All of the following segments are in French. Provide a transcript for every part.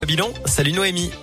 Bilan, salut Noémie.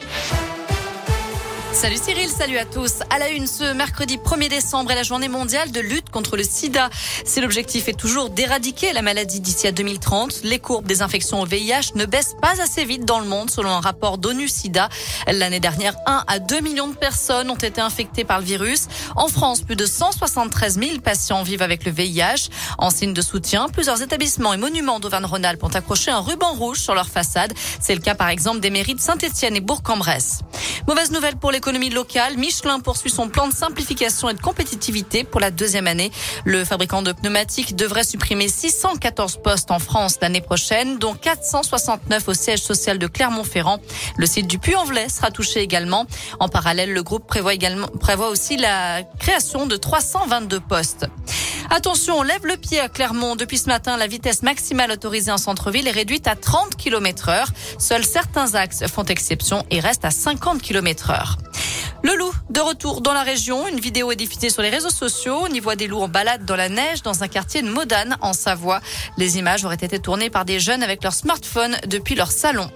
Salut Cyril, salut à tous. À la une, ce mercredi 1er décembre est la journée mondiale de lutte contre le sida. Si l'objectif est toujours d'éradiquer la maladie d'ici à 2030, les courbes des infections au VIH ne baissent pas assez vite dans le monde selon un rapport d'ONU-SIDA. L'année dernière, 1 à 2 millions de personnes ont été infectées par le virus. En France, plus de 173 000 patients vivent avec le VIH. En signe de soutien, plusieurs établissements et monuments d'Auvergne-Rhône-Alpes ont accroché un ruban rouge sur leur façade. C'est le cas par exemple des mairies de Saint-Étienne et Bourg-en-Bresse. Mauvaise nouvelle pour l'économie locale. Michelin poursuit son plan de simplification et de compétitivité pour la deuxième année. Le fabricant de pneumatiques devrait supprimer 614 postes en France l'année prochaine, dont 469 au siège social de Clermont-Ferrand. Le site du Puy-en-Velay sera touché également. En parallèle, le groupe prévoit aussi la création de 322 postes. Attention, on lève le pied à Clermont. Depuis ce matin, la vitesse maximale autorisée en centre-ville est réduite à 30 km/h. Seuls certains axes font exception et restent à 50 km/h. Le loup, de retour dans la région. Une vidéo est diffusée sur les réseaux sociaux. On y voit des loups en balade dans la neige dans un quartier de Modane, en Savoie. Les images auraient été tournées par des jeunes avec leur smartphone depuis leur salon.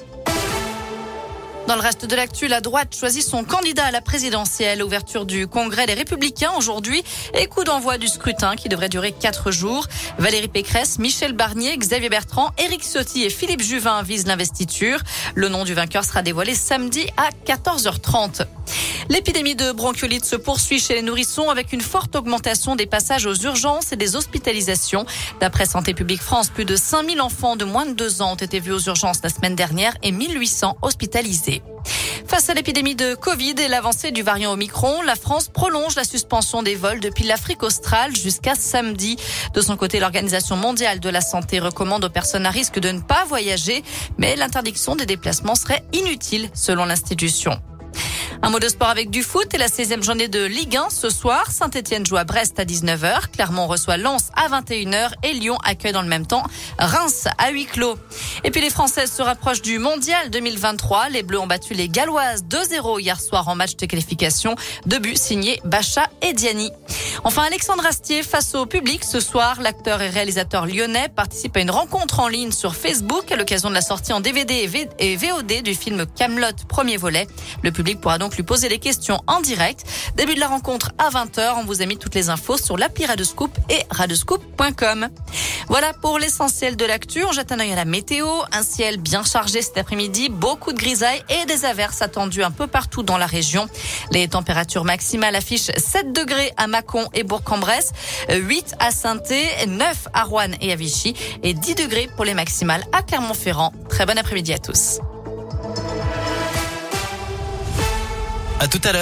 Dans le reste de l'actu, la droite choisit son candidat à la présidentielle. Ouverture du Congrès des Républicains aujourd'hui et coup d'envoi du scrutin qui devrait durer 4 jours. Valérie Pécresse, Michel Barnier, Xavier Bertrand, Éric Ciotti et Philippe Juvin visent l'investiture. Le nom du vainqueur sera dévoilé samedi à 14h30. L'épidémie de bronchiolite se poursuit chez les nourrissons avec une forte augmentation des passages aux urgences et des hospitalisations. D'après Santé publique France, plus de 5000 enfants de moins de 2 ans ont été vus aux urgences la semaine dernière et 1800 hospitalisés. Face à l'épidémie de Covid et l'avancée du variant Omicron, la France prolonge la suspension des vols depuis l'Afrique australe jusqu'à samedi. De son côté, l'Organisation mondiale de la santé recommande aux personnes à risque de ne pas voyager, mais l'interdiction des déplacements serait inutile selon l'institution. Un mot de sport avec du foot et la 16e journée de Ligue 1 ce soir. Saint-Étienne joue à Brest à 19h. Clermont reçoit Lens à 21h et Lyon accueille dans le même temps Reims à huis clos. Et puis les Françaises se rapprochent du Mondial 2023. Les Bleus ont battu les Galloises 2-0 hier soir en match de qualification. 2 buts signés Bacha et Diani. Enfin, Alexandre Astier face au public ce soir. L'acteur et réalisateur lyonnais participe à une rencontre en ligne sur Facebook à l'occasion de la sortie en DVD et VOD du film Kaamelott premier volet. Le public pourra donc lui poser des questions en direct. Début de la rencontre à 20h. On vous a mis toutes les infos sur l'appli Radioscoop et radioscoop.com. Voilà pour l'essentiel de l'actu. On jette un œil à la météo. Un ciel bien chargé cet après-midi. Beaucoup de grisailles et des averses attendues un peu partout dans la région. Les températures maximales affichent 7 degrés à Mâcon et Bourg-en-Bresse, 8 à Sainté, 9 à Roanne et à Vichy et 10 degrés pour les maximales à Clermont-Ferrand. Très bon après-midi à tous. À tout à l'heure.